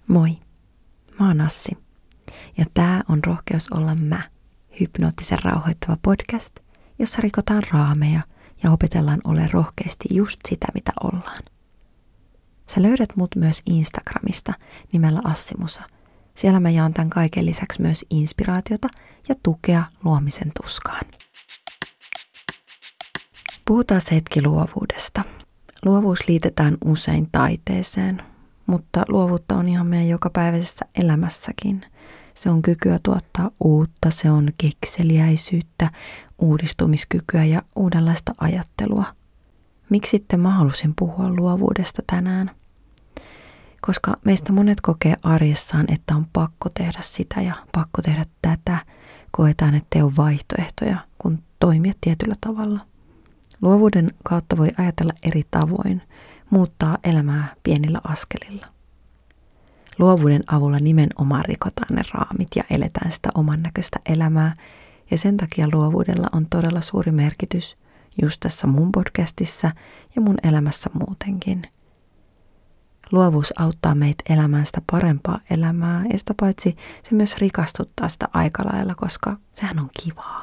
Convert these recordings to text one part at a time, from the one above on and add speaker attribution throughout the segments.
Speaker 1: Moi, mä oon Assi ja tää on Rohkeus olla mä, hypnoottisen rauhoittava podcast, jossa rikotaan raameja ja opetellaan ole rohkeasti just sitä, mitä ollaan. Sä löydät mut myös Instagramista nimellä Assimusa. Siellä mä jaan tämän kaiken lisäksi myös inspiraatiota ja tukea luomisen tuskaan. Puhutaan hetki luovuudesta. Luovuus liitetään usein taiteeseen, mutta luovuutta on ihan meidän jokapäiväisessä elämässäkin. Se on kykyä tuottaa uutta, se on kekseliäisyyttä, uudistumiskykyä ja uudenlaista ajattelua. Miksi sitten mä halusin puhua luovuudesta tänään? Koska meistä monet kokee arjessaan, että on pakko tehdä sitä ja pakko tehdä tätä. Koetaan, ettei ole vaihtoehtoja, kun toimia tietyllä tavalla. Luovuuden kautta voi ajatella eri tavoin, muuttaa elämää pienillä askelilla. Luovuuden avulla nimenomaan rikotaan ne raamit ja eletään sitä oman näköistä elämää, ja sen takia luovuudella on todella suuri merkitys just tässä mun podcastissa ja mun elämässä muutenkin. Luovuus auttaa meitä elämään sitä parempaa elämää, ja sitä paitsi se myös rikastuttaa sitä aika lailla, koska sehän on kivaa.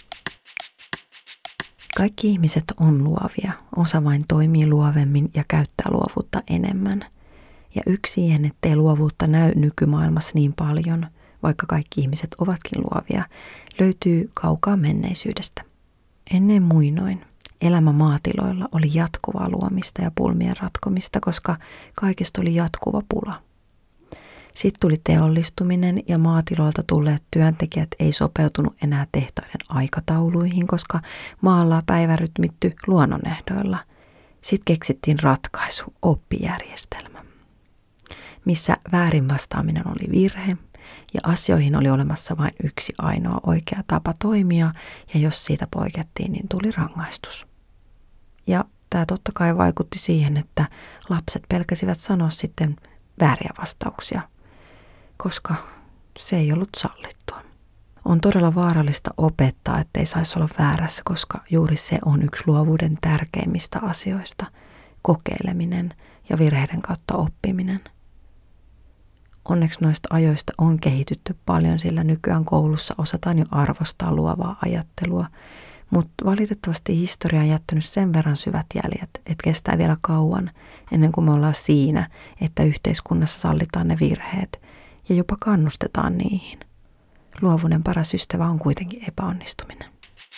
Speaker 1: Kaikki ihmiset on luovia, osa vain toimii luovemmin ja käyttää luovuutta enemmän. Ja yksi siihen, ettei luovuutta näy nykymaailmassa niin paljon, vaikka kaikki ihmiset ovatkin luovia, löytyy kaukaa menneisyydestä. Ennen muinoin elämä maatiloilla oli jatkuvaa luomista ja pulmien ratkomista, koska kaikesta oli jatkuva pula. Sitten tuli teollistuminen ja maatiloilta tulleet työntekijät ei sopeutunut enää tehtaiden aikatauluihin, koska maalla päivä rytmitty luonnonehdoilla. Sitten keksittiin ratkaisu, oppijärjestelmä, missä väärin vastaaminen oli virhe ja asioihin oli olemassa vain yksi ainoa oikea tapa toimia, ja jos siitä poikettiin, niin tuli rangaistus. Ja tämä totta kai vaikutti siihen, että lapset pelkäsivät sanoa sitten vääriä vastauksia, koska se ei ollut sallittua. On todella vaarallista opettaa, ettei saisi olla väärässä, koska juuri se on yksi luovuuden tärkeimmistä asioista, kokeileminen ja virheiden kautta oppiminen. Onneksi noista ajoista on kehitytty paljon, sillä nykyään koulussa osataan jo arvostaa luovaa ajattelua, mutta valitettavasti historia on jättänyt sen verran syvät jäljet, että kestää vielä kauan ennen kuin me ollaan siinä, että yhteiskunnassa sallitaan ne virheet ja jopa kannustetaan niihin. Luovuuden paras ystävä on kuitenkin epäonnistuminen.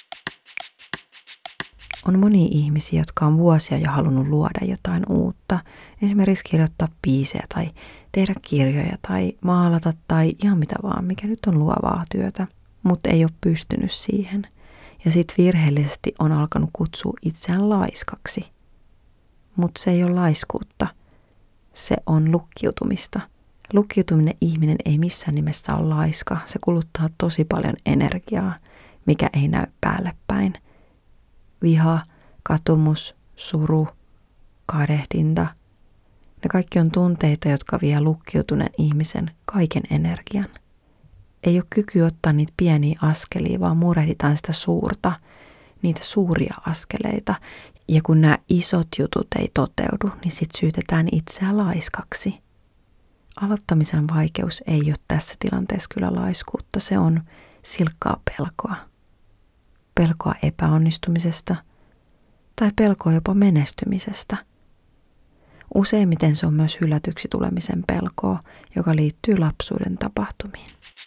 Speaker 1: On monia ihmisiä, jotka on vuosia jo halunnut luoda jotain uutta, esimerkiksi kirjoittaa biisejä tai tehdä kirjoja tai maalata tai ihan mitä vaan, mikä nyt on luovaa työtä, mutta ei ole pystynyt siihen. Ja sitten virheellisesti on alkanut kutsua itseään laiskaksi. Mutta se ei ole laiskuutta, se on lukkiutumista. Lukkiutuminen ihminen ei missään nimessä ole laiska, se kuluttaa tosi paljon energiaa, mikä ei näy päälle päin. Viha, katumus, suru, kadehdinta. Ne kaikki on tunteita, jotka vie lukkiutuneen ihmisen kaiken energian. Ei ole kyky ottaa niitä pieniä askelia, vaan murehditaan sitä suurta, niitä suuria askeleita. Ja kun nämä isot jutut ei toteudu, niin sitten syytetään itseä laiskaksi. Aloittamisen vaikeus ei ole tässä tilanteessa kyllä laiskuutta, se on silkkaa pelkoa. Pelkoa epäonnistumisesta tai pelkoa jopa menestymisestä. Useimmiten se on myös hylätyksi tulemisen pelkoa, joka liittyy lapsuuden tapahtumiin.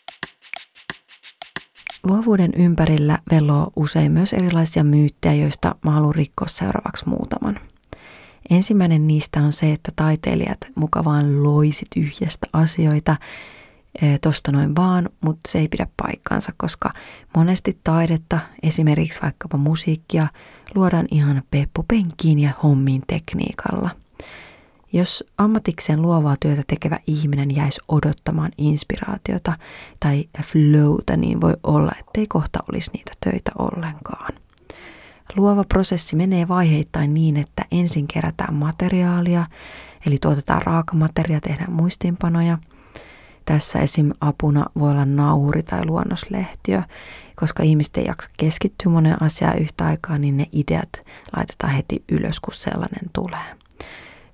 Speaker 1: Luovuuden ympärillä velloo usein myös erilaisia myyttejä, joista mä haluan rikkoa seuraavaksi muutaman. Ensimmäinen niistä on se, että taiteilijat muka vaan loisi tyhjästä asioita tosta noin vaan, mutta se ei pidä paikkaansa, koska monesti taidetta, esimerkiksi vaikkapa musiikkia, luodaan ihan peppupenkkiin ja hommiin tekniikalla. Jos ammatikseen luovaa työtä tekevä ihminen jäisi odottamaan inspiraatiota tai flowta, niin voi olla, ettei kohta olisi niitä töitä ollenkaan. Luova prosessi menee vaiheittain niin, että ensin kerätään materiaalia, eli tuotetaan raakamateriaa, tehdään muistiinpanoja. Tässä esim. Apuna voi olla nauhuri tai luonnoslehtiö, koska ihmiset ei jaksa keskittyä moneen asiaan yhtä aikaa, niin ne ideat laitetaan heti ylös, kun sellainen tulee.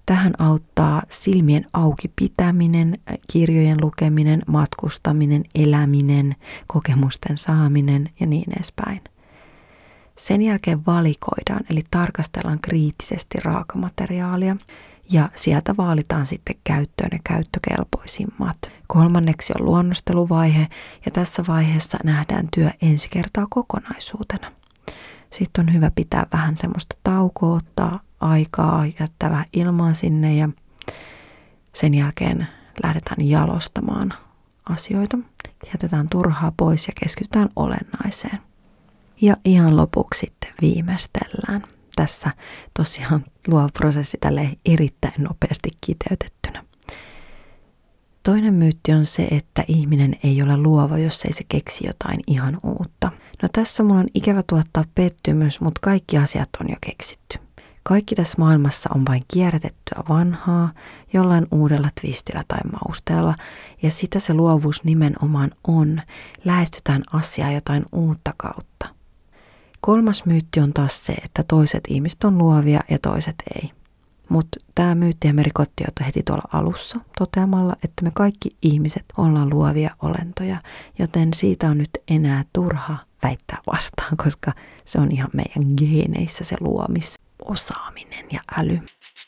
Speaker 1: Tähän auttaa silmien auki pitäminen, kirjojen lukeminen, matkustaminen, eläminen, kokemusten saaminen ja niin edespäin. Sen jälkeen valikoidaan, eli tarkastellaan kriittisesti raakamateriaalia ja sieltä vaalitaan sitten käyttöön ne käyttökelpoisimmat. Kolmanneksi on luonnosteluvaihe ja tässä vaiheessa nähdään työ ensi kertaa kokonaisuutena. Sitten on hyvä pitää vähän semmoista taukoa, ottaa aikaa, jättää vähän ilmaa sinne ja sen jälkeen lähdetään jalostamaan asioita. Jätetään turhaa pois ja keskitytään olennaiseen. Ja ihan lopuksi sitten viimeistellään. Tässä tosiaan luova prosessi tälleen erittäin nopeasti kiteytettynä. Toinen myytti on se, että ihminen ei ole luova, jos ei se keksi jotain ihan uutta. No tässä mulla on ikävä tuottaa pettymys, mutta kaikki asiat on jo keksitty. Kaikki tässä maailmassa on vain kierrätettyä vanhaa, jollain uudella twistillä tai mausteella, ja sitä se luovuus nimenomaan on. Lähestytään asiaa jotain uutta kautta. Kolmas myytti on taas se, että toiset ihmiset on luovia ja toiset ei. Mutta tämä myytti me rikottiin jo heti tuolla alussa toteamalla, että me kaikki ihmiset ollaan luovia olentoja, joten siitä on nyt enää turha väittää vastaan, koska se on ihan meidän geeneissä se luomisosaaminen ja äly.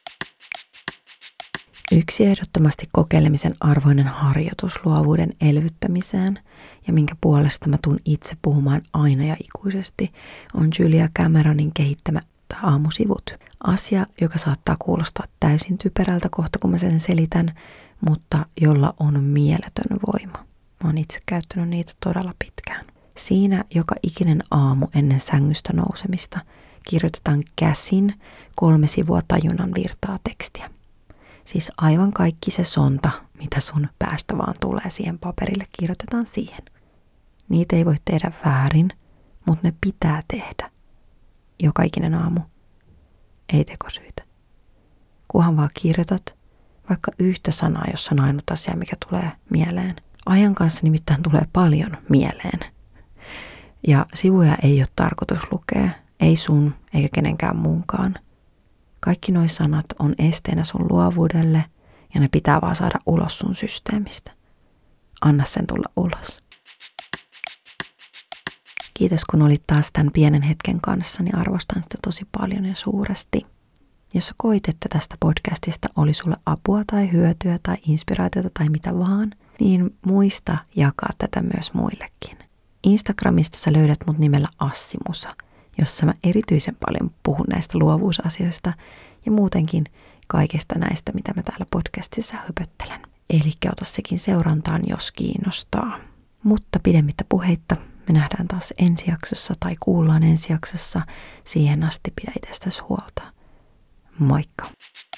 Speaker 1: Yksi ehdottomasti kokeilemisen arvoinen harjoitus luovuuden elvyttämiseen ja minkä puolesta mä tuun itse puhumaan aina ja ikuisesti on Julia Cameronin kehittämä aamusivut. Asia, joka saattaa kuulostaa täysin typerältä kohta kun mä sen selitän, mutta jolla on mieletön voima. Mä oon itse käyttänyt niitä todella pitkään. Siinä joka ikinen aamu ennen sängystä nousemista kirjoitetaan käsin 3 sivua tajunnan virtaa tekstiä. Siis aivan kaikki se sonta, mitä sun päästä vaan tulee siihen paperille, kirjoitetaan siihen. Niitä ei voi tehdä väärin, mutta ne pitää tehdä. Joka ikinen aamu. Ei tekosyitä. Kunhan vaan kirjoitat vaikka yhtä sanaa, jos on ainut asia, mikä tulee mieleen. Ajan kanssa nimittäin tulee paljon mieleen. Ja sivuja ei ole tarkoitus lukea, ei sun eikä kenenkään muunkaan. Kaikki nuo sanat on esteenä sun luovuudelle ja ne pitää vaan saada ulos sun systeemistä. Anna sen tulla ulos. Kiitos kun olit taas tämän pienen hetken kanssa, niin arvostan sitä tosi paljon ja suuresti. Jos sä koit, että tästä podcastista oli sulle apua tai hyötyä tai inspiraatiota tai mitä vaan, niin muista jakaa tätä myös muillekin. Instagramista sä löydät mut nimellä Assimusa, jossa mä erityisen paljon puhun näistä luovuusasioista ja muutenkin kaikesta näistä, mitä mä täällä podcastissa höpöttelen. Eli ota sekin seurantaan, jos kiinnostaa. Mutta pidemmittä puheitta, me nähdään taas ensi jaksossa tai kuullaan ensi jaksossa. Siihen asti pidä itsestäsi huolta. Moikka!